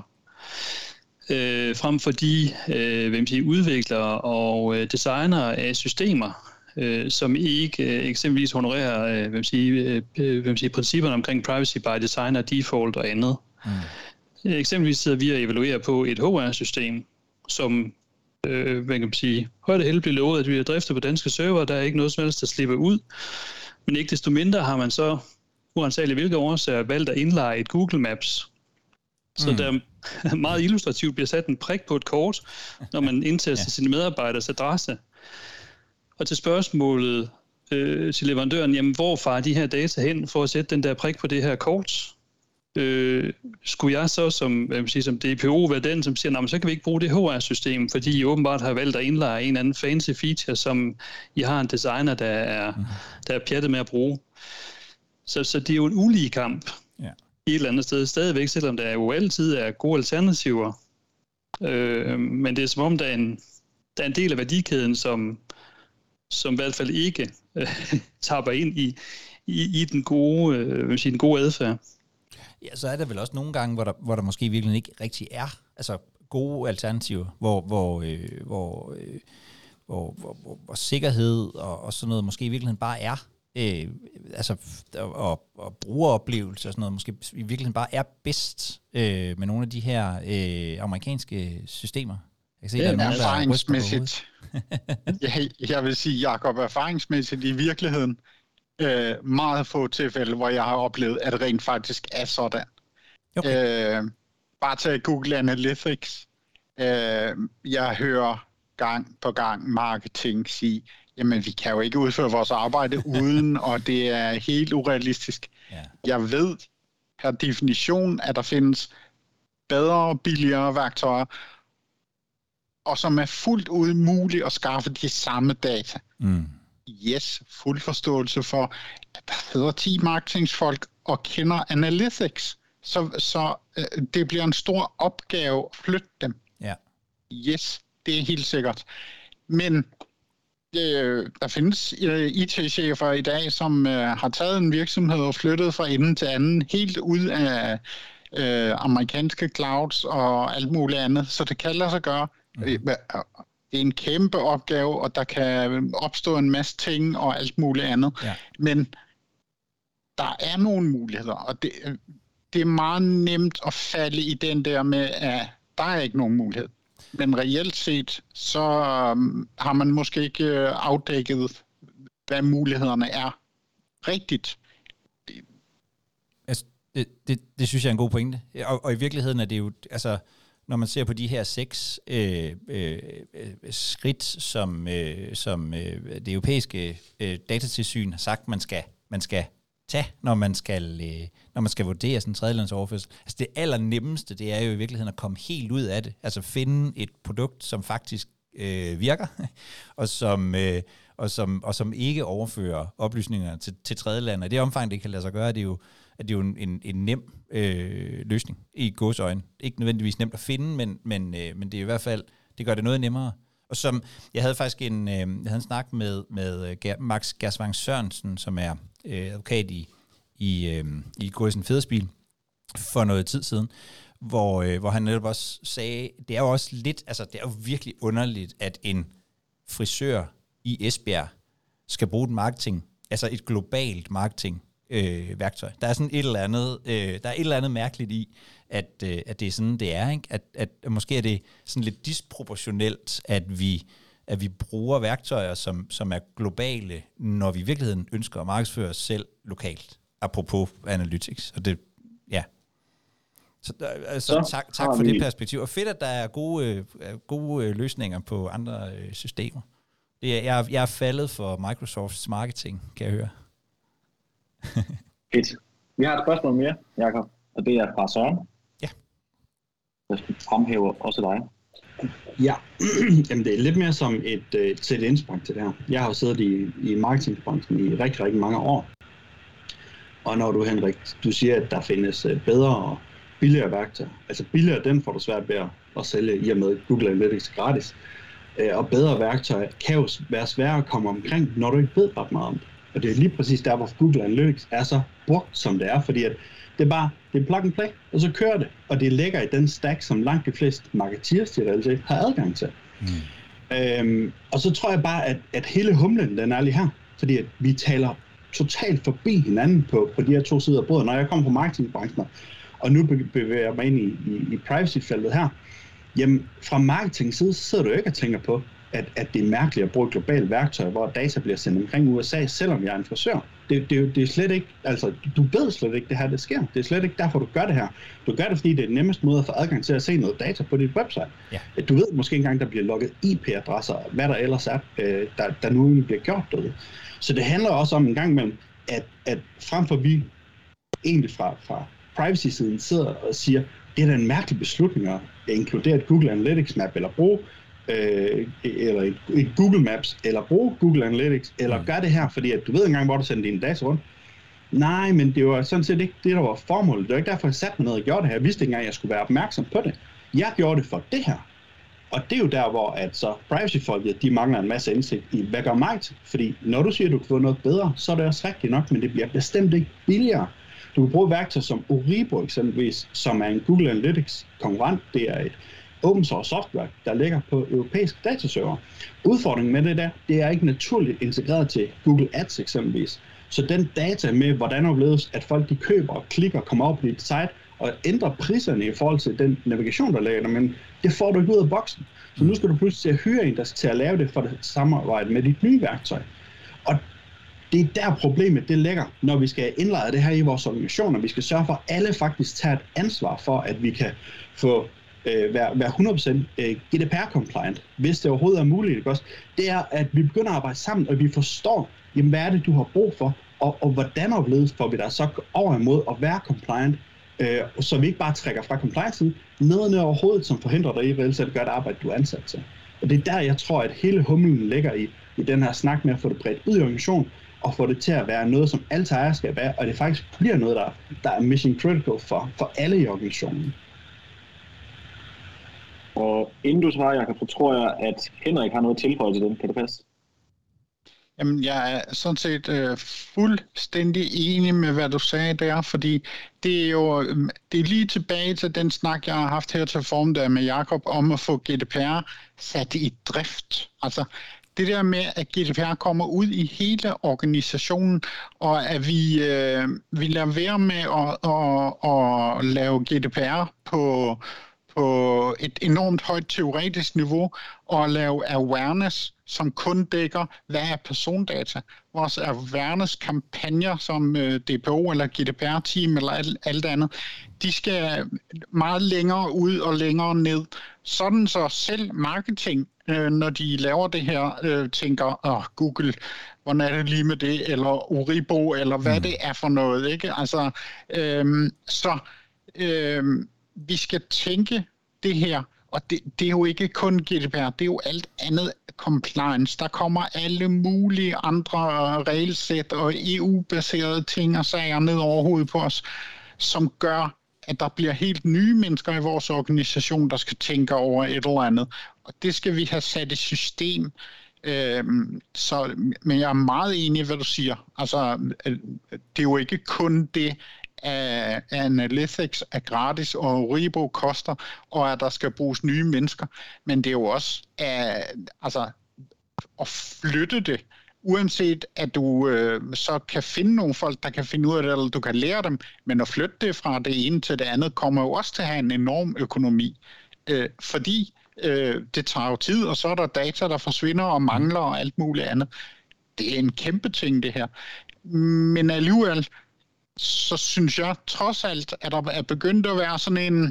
Øh, frem for de øh, hvem siger, udviklere og øh, designere af systemer, øh, som ikke øh, eksempelvis honorerer øh, hvem siger, øh, hvem siger, principperne omkring privacy by design og default og andet. Mm. Eksempelvis sidder vi og evaluerer på et H R-system, som øh, man kan sige, højt og heldigt bliver lovet, at vi har driftet på danske server, der er ikke noget som helst, der slipper ud. Men ikke desto mindre har man så, uansageligt hvilke årsager, valgt at indlege et Google Maps. Så mm. der meget illustrativt bliver sat en prik på et kort, når man indtaster ja. sine medarbejderes adresse. Og til spørgsmålet øh, til leverandøren, jamen hvor farer de her data hen for at sætte den der prik på det her kort? Øh, skulle jeg så som, hvad man siger, som D P O være den, som siger, nej, så kan vi ikke bruge det H R-system, fordi I åbenbart har valgt at indlejre en eller anden fancy feature, som I har en designer, der er, mm. der er pjattet med at bruge. Så, så det er jo en ulige kamp ja. i et eller andet sted stadigvæk, selvom der jo altid er gode alternativer. Øh, men det er som om, der er en, der er en del af værdikæden, som, som i hvert fald ikke øh, tapper ind i, i, i den gode, øh, vil sige, den gode adfærd. Ja, så er der vel også nogle gange, hvor der, hvor der måske virkelig ikke rigtig er altså gode alternativer, hvor, hvor, øh, hvor, øh, hvor, hvor, hvor, hvor sikkerhed og, og sådan noget måske i virkeligheden bare er, øh, altså og, og brugeroplevelse og sådan noget, måske i virkeligheden bare er bedst øh, med nogle af de her øh, amerikanske systemer. Jeg kan se, det er, der er nogen, erfaringsmæssigt. jeg, jeg vil sige, Jacob, erfaringsmæssigt i virkeligheden, Øh, meget få tilfælde, hvor jeg har oplevet, at det rent faktisk er sådan. Okay. Øh, bare til Google Analytics. Øh, jeg hører gang på gang marketing sige, jamen vi kan jo ikke udføre vores arbejde uden, og det er helt urealistisk. Ja. Jeg ved per definition, at der findes bedre og billigere værktøjer, og som er fuldt ud muligt at skaffe de samme data. Mm. Yes, fuld forståelse for, at der hedder ti marketingsfolk og kender analytics, så, så øh, det bliver en stor opgave at flytte dem. Ja. Yes, det er helt sikkert. Men øh, der findes øh, I T-chefer i dag, som øh, har taget en virksomhed og flyttet fra ende til anden, helt ud af øh, amerikanske clouds og alt muligt andet, så det kan lade sig gøre. Mm. Det er en kæmpe opgave, og der kan opstå en masse ting og alt muligt andet. Ja. Men der er nogle muligheder, og det, det er meget nemt at falde i den der med, at der er ikke nogen mulighed. Men reelt set, så um, har man måske ikke afdækket, hvad mulighederne er rigtigt. Altså, det, det, det synes jeg er en god pointe. Og, og i virkeligheden er det jo, altså, når man ser på de her seks øh, øh, skridt, som, øh, som øh, det europæiske øh, datatilsyn har sagt, man skal, man skal tage, når man skal, øh, når man skal vurdere sådan en tredjelandsoverførsel. Altså det allernemmeste, det er jo i virkeligheden at komme helt ud af det. Altså finde et produkt, som faktisk øh, virker, og som, øh, og, som, og som ikke overfører oplysninger til, til tredjelande. Og det omfang, det kan lade sig gøre, det er jo, at det er jo en, en, en nem øh, løsning i gåseøjne. Ikke nødvendigvis nemt at finde, men, men, øh, men det er i hvert fald, det gør det noget nemmere. Og som, jeg havde faktisk en, øh, jeg havde en snak med, med Max Gersvang Sørensen, som er øh, advokat i, i, øh, i Gorrissen Federspiel for noget tid siden, hvor, øh, hvor han netop også sagde, det er jo også lidt, altså det er jo virkelig underligt, at en frisør i Esbjerg skal bruge et marketing, altså et globalt marketing øh, værktøj. Der er sådan et eller andet, øh, der er et eller andet mærkeligt i, at, øh, at det er sådan, det er, ikke? At, at, at måske er det sådan lidt disproportionelt, at vi, at vi bruger værktøjer, som, som er globale, når vi i virkeligheden ønsker at markedsføre os selv lokalt, apropos analytics. Og det, ja. Så, altså, så tak, tak for vi... det perspektiv. Og fedt, at der er gode, øh, gode øh, løsninger på andre øh, systemer. Det er, jeg, jeg er faldet for Microsofts marketing, kan jeg høre. Fedt. Vi har et spørgsmål mere, Jakob, og det er fra Søren. Ja. Jeg fremhæver også dig. Ja, jamen det er lidt mere som et, et sæt indsprang til det her. Jeg har jo siddet i, i marketingsbranchen i rigtig, rigtig mange år. Og når du, Henrik, du siger, at der findes bedre og billigere værktøjer. Altså billigere, den får du svært ved at sælge, i og med Google Analytics gratis. Og bedre værktøjer kan jo være svære at komme omkring, når du ikke ved ret meget om det. Og det er lige præcis der, hvor Google Analytics er så brugt, som det er, fordi at det er bare, det er plug and play, og så kører det. Og det ligger i den stack, som langt de fleste marketeers i realitet har adgang til. Mm. Øhm, og så tror jeg bare, at, at hele humlen, den er lige her. Fordi at vi taler totalt forbi hinanden på, på de her to sider af bordet. Når jeg kommer fra marketingbranchen, og nu bevæger jeg mig ind i, i, i privacy-feltet her, jamen fra marketing side, så sidder du ikke og tænker på, At, at det er mærkeligt at bruge et globalt værktøj, hvor data bliver sendt omkring U S A, selvom jeg er en frisør. Det, det, det er slet ikke, altså, du ved slet ikke, det her det sker. Det er slet ikke derfor, du gør det her. Du gør det, fordi det er den nemmeste måde at få adgang til at se noget data på dit website. Ja. Du ved måske engang, der bliver logget I P-adresser, hvad der ellers er, der, der nu bliver gjort derude. Så det handler også om en gang imellem, at, at frem for vi egentlig fra, fra privacy-siden sidder og siger, det er da en mærkelig beslutning at inkludere et Google Analytics map, eller bruge Øh, eller et, et Google Maps, eller bruge Google Analytics, eller mm. gør det her, fordi at du ved engang, hvor du sender dine data rundt. Nej, men det var sådan set ikke det, der var formålet. Det var ikke derfor, jeg satte mig ned og gjorde det her. Jeg vidste ikke engang, at jeg skulle være opmærksom på det. Jeg gjorde det for det her. Og det er jo der, hvor at så privacy-folket, de mangler en masse indsigt i, hvad gør mig til? Fordi når du siger, at du kan få noget bedre, så er det også rigtigt nok, men det bliver bestemt ikke billigere. Du kan bruge værktøjer som Oribo eksempelvis, som er en Google Analytics konkurrent. Det er et open source software, der ligger på europæiske dataserver. Udfordringen med det der, det er ikke naturligt integreret til Google Ads eksempelvis. Så den data med, hvordan opleves, at folk de køber og klikker og kommer over på dit site og ændrer priserne i forhold til den navigation, der ligger der, men det får du ikke ud af boksen. Så nu skal du pludselig til at hyre en, der skal til at lave det for det samarbejde med dit nye værktøj. Og det er der problemet, det ligger, når vi skal indlede det her i vores organisationer. Vi skal sørge for, at alle faktisk tager et ansvar for, at vi kan få øh, være, være hundrede procent øh, G D P R-compliant, hvis det overhovedet er muligt, ikke også? Det er, at vi begynder at arbejde sammen, og vi forstår, jamen, hvad er det, du har brug for, og, og hvordan opleves får vi dig så over imod at være compliant, øh, så vi ikke bare trækker fra compliance-siden, ned ned over hovedet, som forhindrer dig i reelt set at gøre det arbejde, du er ansat til. Og det er der, jeg tror, at hele humlen ligger i, i den her snak med at få det bredt ud i organisationen, og få det til at være noget, som alt ejerskab er, og det faktisk bliver noget, der, der er mission critical for, for alle i organisationen. Og inden du svarer, Jacob, så tror jeg, at Henrik har noget tilføje til den. Kan det passe? Jamen, jeg er sådan set øh, fuldstændig enig med, hvad du sagde der, fordi det er jo det er lige tilbage til den snak, jeg har haft her til formiddag med Jacob om at få G D P R sat i drift. Altså, det der med, at G D P R kommer ud i hele organisationen, og at vi, øh, vi lader være med at, at, at lave G D P R på, på et enormt højt teoretisk niveau, og lave awareness, som kun dækker, hvad er persondata. Vores awareness-kampagner, som øh, D P O eller G D P R-team eller alt, alt andet, de skal meget længere ud og længere ned. Sådan så selv marketing, øh, når de laver det her, øh, tænker, åh, Google, hvordan er det lige med det, eller Oribo, eller hvad mm. det er for noget, ikke? Altså, øh, så øh, vi skal tænke det her, og det, det er jo ikke kun G D P R, det er jo alt andet compliance. Der kommer alle mulige andre regelsæt og E U-baserede ting og sager ned over hovedet på os, som gør, at der bliver helt nye mennesker i vores organisation, der skal tænke over et eller andet. Og det skal vi have sat i system. Øhm, så, men jeg er meget enig i, hvad du siger. Altså, det er jo ikke kun det, at Analytics er gratis, og Oribo koster, og at der skal bruges nye mennesker. Men det er jo også at, altså, at flytte det, uanset at du øh, så kan finde nogle folk, der kan finde ud af det, eller du kan lære dem, men at flytte det fra det ene til det andet, kommer jo også til at have en enorm økonomi. Øh, fordi øh, det tager jo tid, og så er der data, der forsvinder og mangler og alt muligt andet. Det er en kæmpe ting, det her. Men alligevel, så synes jeg trods alt, at der er begyndt at være sådan en,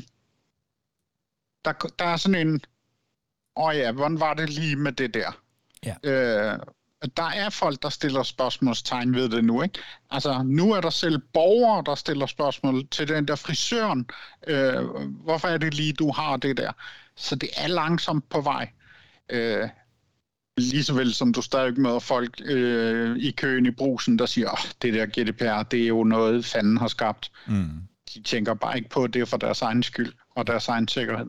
der, der er sådan en, åh oh ja, hvordan var det lige med det der? Ja. Øh, der er folk, der stiller spørgsmålstegn ved det nu, ikke? Altså, nu er der selv borgere, der stiller spørgsmål til den der frisøren. Øh, hvorfor er det lige, du har det der? Så det er langsomt på vej. Øh, lige så vel som du stadig møder folk øh, i køen i Brugsen, der siger, åh, det der G D P R, det er jo noget, fanden har skabt. Mm. De tænker bare ikke på, at det er for deres egen skyld og deres egen sikkerhed.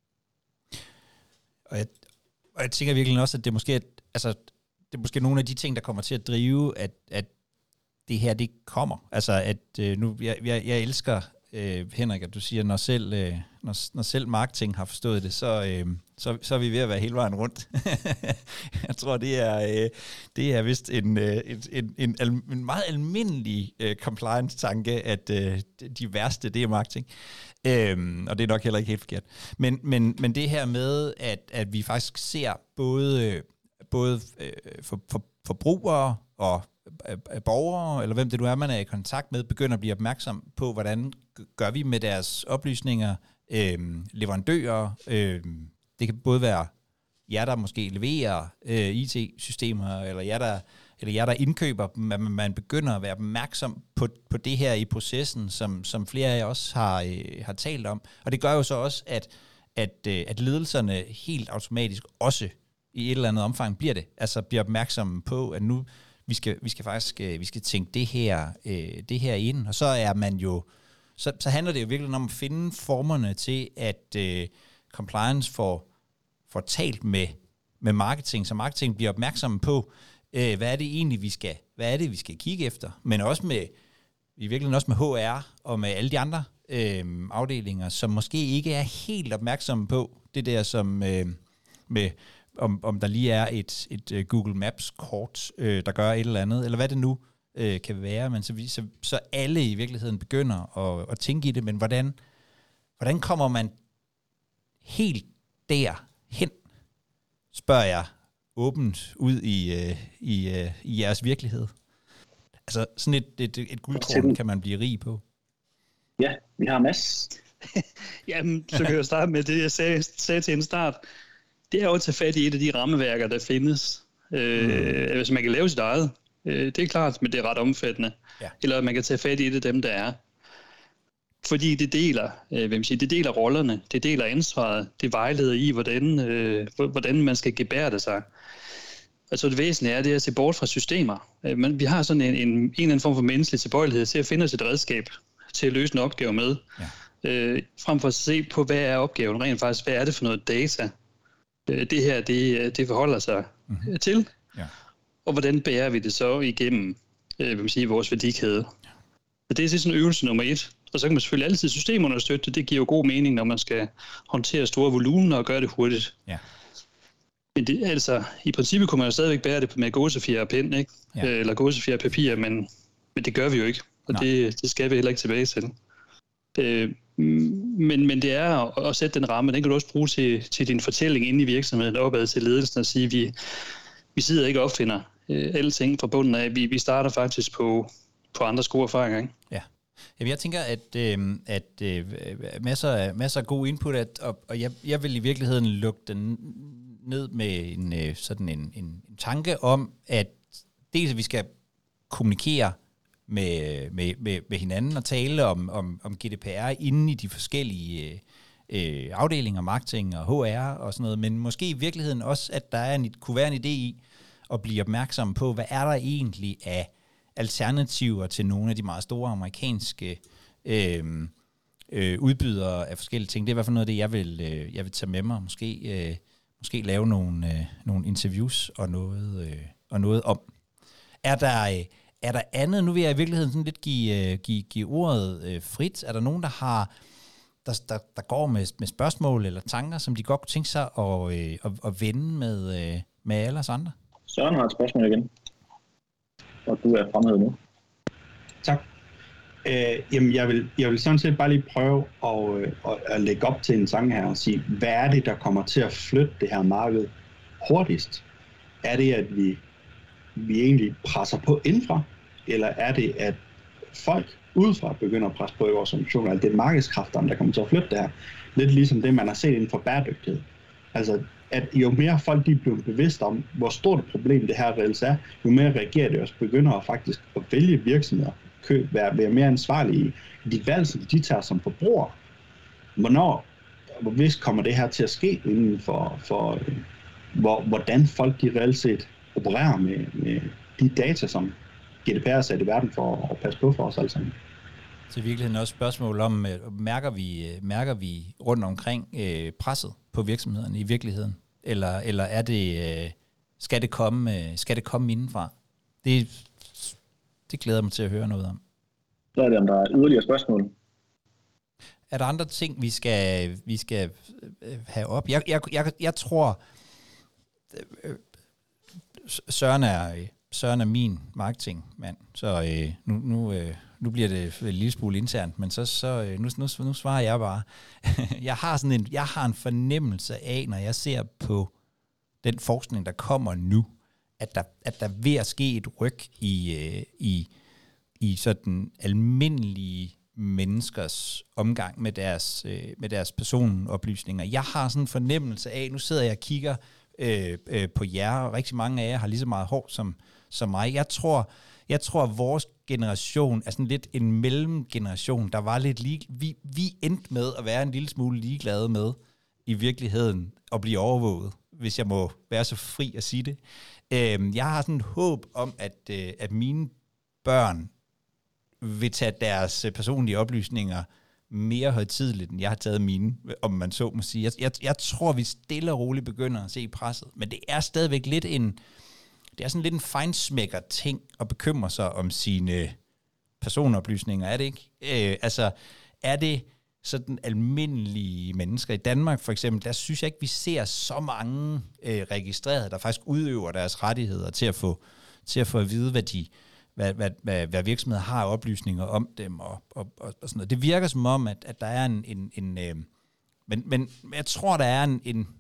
Og jeg, og jeg tænker virkelig også, at det måske er, altså, det er måske nogle af de ting, der kommer til at drive, at, at det her, det kommer. Altså, at øh, nu, jeg, jeg, jeg elsker, øh, Henrik, at du siger, når selv, øh, når, når selv marketing har forstået det, så, øh, så, så er vi ved at være hele vejen rundt. Jeg tror, det er, øh, det er vist en, øh, en, en, en, en meget almindelig øh, compliance-tanke, at øh, de værste, det er marketing. Øhm, og det er nok heller ikke helt forkert. Men, men, men det her med, at, at vi faktisk ser både, både øh, for, for, forbrugere og øh, borgere, eller hvem det nu er, man er i kontakt med, begynder at blive opmærksom på, hvordan gør vi med deres oplysninger, øh, leverandører. Øh, det kan både være jer, der måske leverer øh, I T-systemer, eller jer, der eller jer, der indkøber dem, at man begynder at være opmærksom på, på det her i processen, som, som flere af jer også har, øh, har talt om. Og det gør jo så også, at, at, øh, at ledelserne helt automatisk også i et eller andet omfang bliver det. Altså bliver opmærksomme på, at nu vi skal, vi skal faktisk øh, vi skal tænke det her, øh, det her ind. Og så er man jo, så, så handler det jo virkelig om at finde formerne til, at øh, compliance får, får talt med, med marketing, så marketing bliver opmærksomme på, Øh, hvad er det egentlig, vi skal, hvad er det, vi skal kigge efter? Men også med, i virkeligheden også med H R og med alle de andre øh, afdelinger, som måske ikke er helt opmærksomme på det der, som øh, med, om, om der lige er et, et uh, Google Maps-kort, øh, der gør et eller andet, eller hvad det nu øh, kan være. Men så, så, så alle i virkeligheden begynder at, at tænke i det, men hvordan, hvordan kommer man helt derhen, spørger jeg åbent ud i, øh, i, øh, i jeres virkelighed? Altså sådan et, et, et guldkorn kan man blive rig på. Ja, vi har Mads. Jamen, så kan jeg starte med det, jeg sagde, sagde til en start. Det er jo at tage fat i et af de rammeværker, der findes. Øh, mm. Hvis man kan lave sit eget, øh, det er klart, men det er ret omfattende. Ja. Eller man kan tage fat i et af dem, der er. Fordi det deler, øh, hvad man siger, det deler rollerne, det deler ansvaret, det vejleder i, hvordan, øh, hvordan man skal gebærde sig. Altså det væsentlige er det at se bort fra systemer. Øh, men vi har sådan en, en, en eller anden form for menneskelig tilbøjelighed til at finde os et redskab til at løse en opgave med. Ja. Øh, frem for at se på, hvad er opgaven rent faktisk, hvad er det for noget data, øh, det her det, det forholder sig mm-hmm. til, ja. Og hvordan bærer vi det så igennem øh, hvad man siger, vores værdikæde. Ja. Så det er sådan øvelse nummer et. Og så kan man selvfølgelig altid systemunderstøtte det. Det giver jo god mening, når man skal håndtere store volumener og gøre det hurtigt. Ja. Men det, altså, i princippet kunne man jo stadigvæk bære det med gåsefjer og pind, ikke? Ja. Eller gåsefjer og papir, men, men det gør vi jo ikke. Og det, det skal vi heller ikke tilbage til. Øh, men, men det er at, at sætte den ramme. Den kan du også bruge til, til din fortælling inde i virksomheden, opad til ledelsen og sige, at vi, vi sidder ikke og opfinder øh, alle ting fra bunden af. Vi, vi starter faktisk på, på andres gode erfaringer, ikke? Ja. Jamen, jeg tænker, at, øh, at øh, masser, af, masser af god input, at, og, og jeg, jeg vil i virkeligheden lukke den ned med en, øh, sådan en, en, en tanke om, at dels at vi skal kommunikere med, med, med, med hinanden og tale om, om, om G D P R inde i de forskellige øh, afdelinger, marketing og H R og sådan noget, men måske i virkeligheden også, at der er en, kunne være en idé i at blive opmærksom på, hvad er der egentlig af alternativer til nogle af de meget store amerikanske øh, øh, udbydere af forskellige ting. Det er i hvert fald noget af det, jeg vil, øh, jeg vil tage med mig. Måske, øh, måske lave nogle, øh, nogle interviews og noget, øh, og noget om. Er der, øh, er der andet? Nu vil jeg i virkeligheden sådan lidt give, øh, give, give ordet øh, frit. Er der nogen, der har der, der, der går med, med spørgsmål eller tanker, som de godt kunne tænke sig at, øh, at, at vende med, øh, med alle os andre? Søren har et spørgsmål igen. Og du er fremhævet nu. Tak. Øh, jamen, jeg vil, jeg vil sådan set bare lige prøve at, at, at lægge op til en sang her og sige, hvad er det, der kommer til at flytte det her marked hurtigst? Er det, at vi, vi egentlig presser på indfra? Eller er det, at folk udefra begynder at presse på i vores organisationer? Altså det er markedskræfterne, der kommer til at flytte det her. Lidt ligesom det, man har set inden for bæredygtighed. Altså, at jo mere folk de bliver bevidste om, hvor stort et problem det her reelt er, jo mere reagerer det også, begynder at faktisk at vælge virksomheder, køb, være, være mere ansvarlige i de valg, som de tager som forbrugere. Hvornår, hvor vist kommer det her til at ske inden for, for hvor, hvordan folk de reelt set opererer med, med de data, som G D P R er sat i verden for at passe på for os alle sammen. Så i virkeligheden også spørgsmål om, mærker vi, mærker vi rundt omkring øh, presset på virksomhederne i virkeligheden? Eller, eller er det, øh, skal, det komme, øh, skal det komme indenfra? Det, det glæder mig til at høre noget om. Så er det, om der er yderligere spørgsmål. Er der andre ting, vi skal, vi skal have op? Jeg, jeg, jeg, jeg tror, øh, Søren er, Søren er min marketingmand, så øh, nu... nu øh, Nu bliver det en lille smule internt, men så, så nu, nu, nu svarer jeg bare. jeg, har sådan en, jeg har en fornemmelse af, når jeg ser på den forskning, der kommer nu, at der, at der er ved at ske et ryg i, i, i sådan almindelige menneskers omgang med deres, med deres personoplysninger. Jeg har sådan en fornemmelse af, nu sidder jeg og kigger øh, øh, på jer, og rigtig mange af jer har lige så meget hår som, som mig. Jeg tror, Jeg tror, at vores generation er sådan lidt en mellemgeneration, der var lidt lige... Vi, vi endte med at være en lille smule ligeglade med i virkeligheden at blive overvåget, hvis jeg må være så fri at sige det. Jeg har sådan et håb om, at, at mine børn vil tage deres personlige oplysninger mere højtideligt, end jeg har taget mine, om man så må sige. Jeg, jeg, jeg tror, vi stille og roligt begynder at se presset, men det er stadigvæk lidt en... Det er sådan lidt en fejnsmækker ting at bekymre sig om sine personoplysninger, er det ikke? Øh, altså, er det sådan almindelige mennesker i Danmark for eksempel, der synes jeg ikke, vi ser så mange øh, registrerede, der faktisk udøver deres rettigheder til at få, til at, få at vide, hvad, de, hvad, hvad, hvad, hvad virksomheder har oplysninger om dem og, og, og, og sådan noget. Det virker som om, at, at der er en... en, en øh, men, men jeg tror, der er en... en,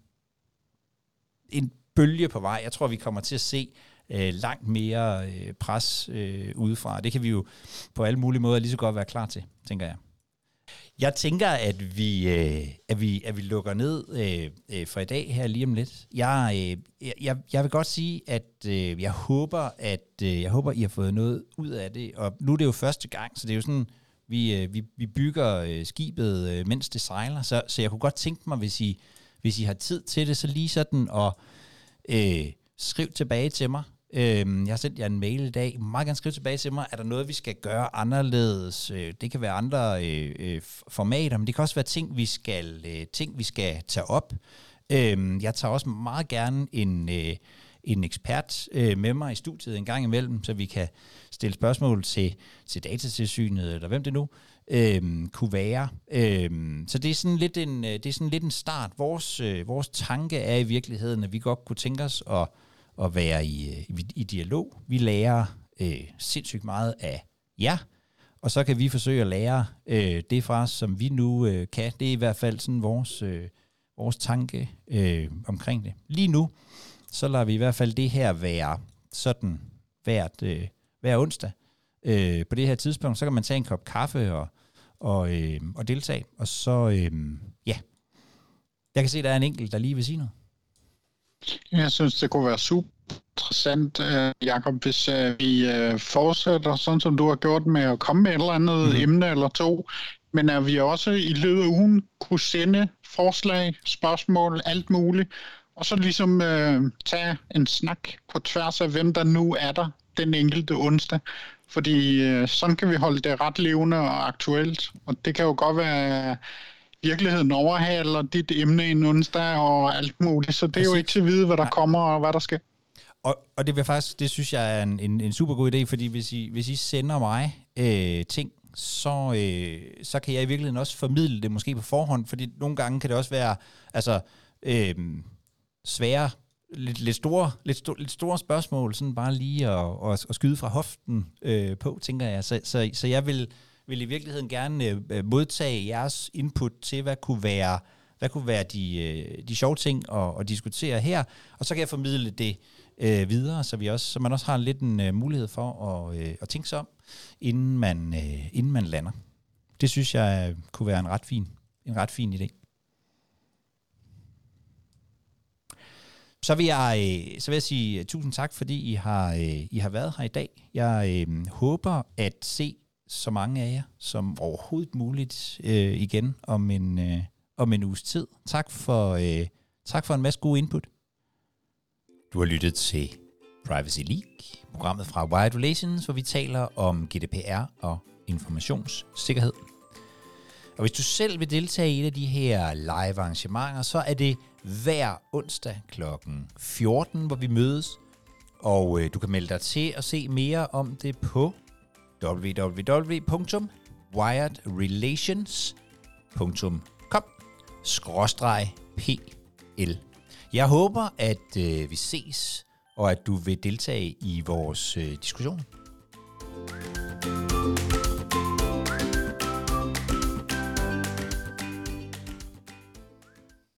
en bølge på vej. Jeg tror, vi kommer til at se øh, langt mere øh, pres øh, udefra. Det kan vi jo på alle mulige måder lige så godt være klar til, tænker jeg. Jeg tænker, at vi, øh, at vi, at vi lukker ned øh, for i dag her lige om lidt. Jeg, øh, jeg, jeg vil godt sige, at øh, jeg håber, at øh, jeg håber, I har fået noget ud af det. Og nu er det jo første gang, så det er jo sådan, vi, øh, vi, vi bygger øh, skibet, øh, mens det sejler. Så, så jeg kunne godt tænke mig, hvis I, hvis I har tid til det, så lige sådan og øh, skriv tilbage til mig. Jeg har sendt jer en mail i dag. Meget gerne skrive tilbage til mig. Er der noget, vi skal gøre anderledes? Det kan være andre øh, formater, men det kan også være ting, vi skal, øh, ting, vi skal tage op. Øh, jeg tager også meget gerne en, øh, en ekspert øh, med mig i studiet en gang imellem, så vi kan stille spørgsmål til, til Datatilsynet, eller hvem det nu øh, kunne være. Øh, så det er, sådan lidt en, det er sådan lidt en start. Vores, øh, vores tanke er i virkeligheden, at vi godt kunne tænke os at at være i, i, i dialog. Vi lærer øh, sindssygt meget af jer, og så kan vi forsøge at lære øh, det fra os, som vi nu øh, kan. Det er i hvert fald sådan vores, øh, vores tanke øh, omkring det. Lige nu, så lader vi i hvert fald det her være sådan hvert, øh, hver onsdag. Øh, på det her tidspunkt, så kan man tage en kop kaffe og, og, øh, og deltage. Og så, øh, ja, jeg kan se, at der er en enkelt, der lige vil sige noget. Jeg synes, det kunne være super interessant, Jakob, hvis vi fortsætter, sådan som du har gjort med at komme med et eller andet mm. emne eller to, men at vi også i løbet af ugen kunne sende forslag, spørgsmål, alt muligt, og så ligesom øh, tage en snak på tværs af, hvem der nu er der den enkelte onsdag. Fordi øh, sådan kan vi holde det ret levende og aktuelt, og det kan jo godt være virkeligheden overhaler dit emne en onsdag og alt muligt, så det er jo ikke til at vide, hvad der kommer og hvad der sker. Og, og det vil faktisk, det synes jeg er en, en, en super god idé, fordi hvis I, hvis I sender mig øh, ting, så, øh, så kan jeg i virkeligheden også formidle det måske på forhånd, fordi nogle gange kan det også være altså øh, svære, lidt, lidt, store, lidt, sto, lidt store spørgsmål, sådan bare lige at, at, at skyde fra hoften øh, på, tænker jeg. Så, så, så jeg vil vil i virkeligheden gerne øh, modtage jeres input til, hvad kunne være, hvad kunne være de, øh, de sjove ting at, at diskutere her, og så kan jeg formidle det øh, videre, så, vi også, så man også har lidt en øh, mulighed for at, øh, at tænke sig om, inden man, øh, inden man lander. Det synes jeg kunne være en ret fin, en ret fin idé. Så vil jeg, øh, så vil jeg sige tusind tak, fordi I har, øh, I har været her i dag. Jeg øh, håber at se så mange af jer som overhovedet muligt øh, igen om en, øh, om en uges tid. Tak for, øh, tak for en masse god input. Du har lyttet til Privacy League, programmet fra Wired Relations, hvor vi taler om G D P R og informationssikkerhed. Og hvis du selv vil deltage i et af de her live arrangementer, så er det hver onsdag klokken fjorten, hvor vi mødes. Og øh, du kan melde dig til at se mere om det på w w w punktum wired relations punktum com skråstreg p l. Jeg håber, at øh, vi ses, og at du vil deltage i vores øh, diskussion.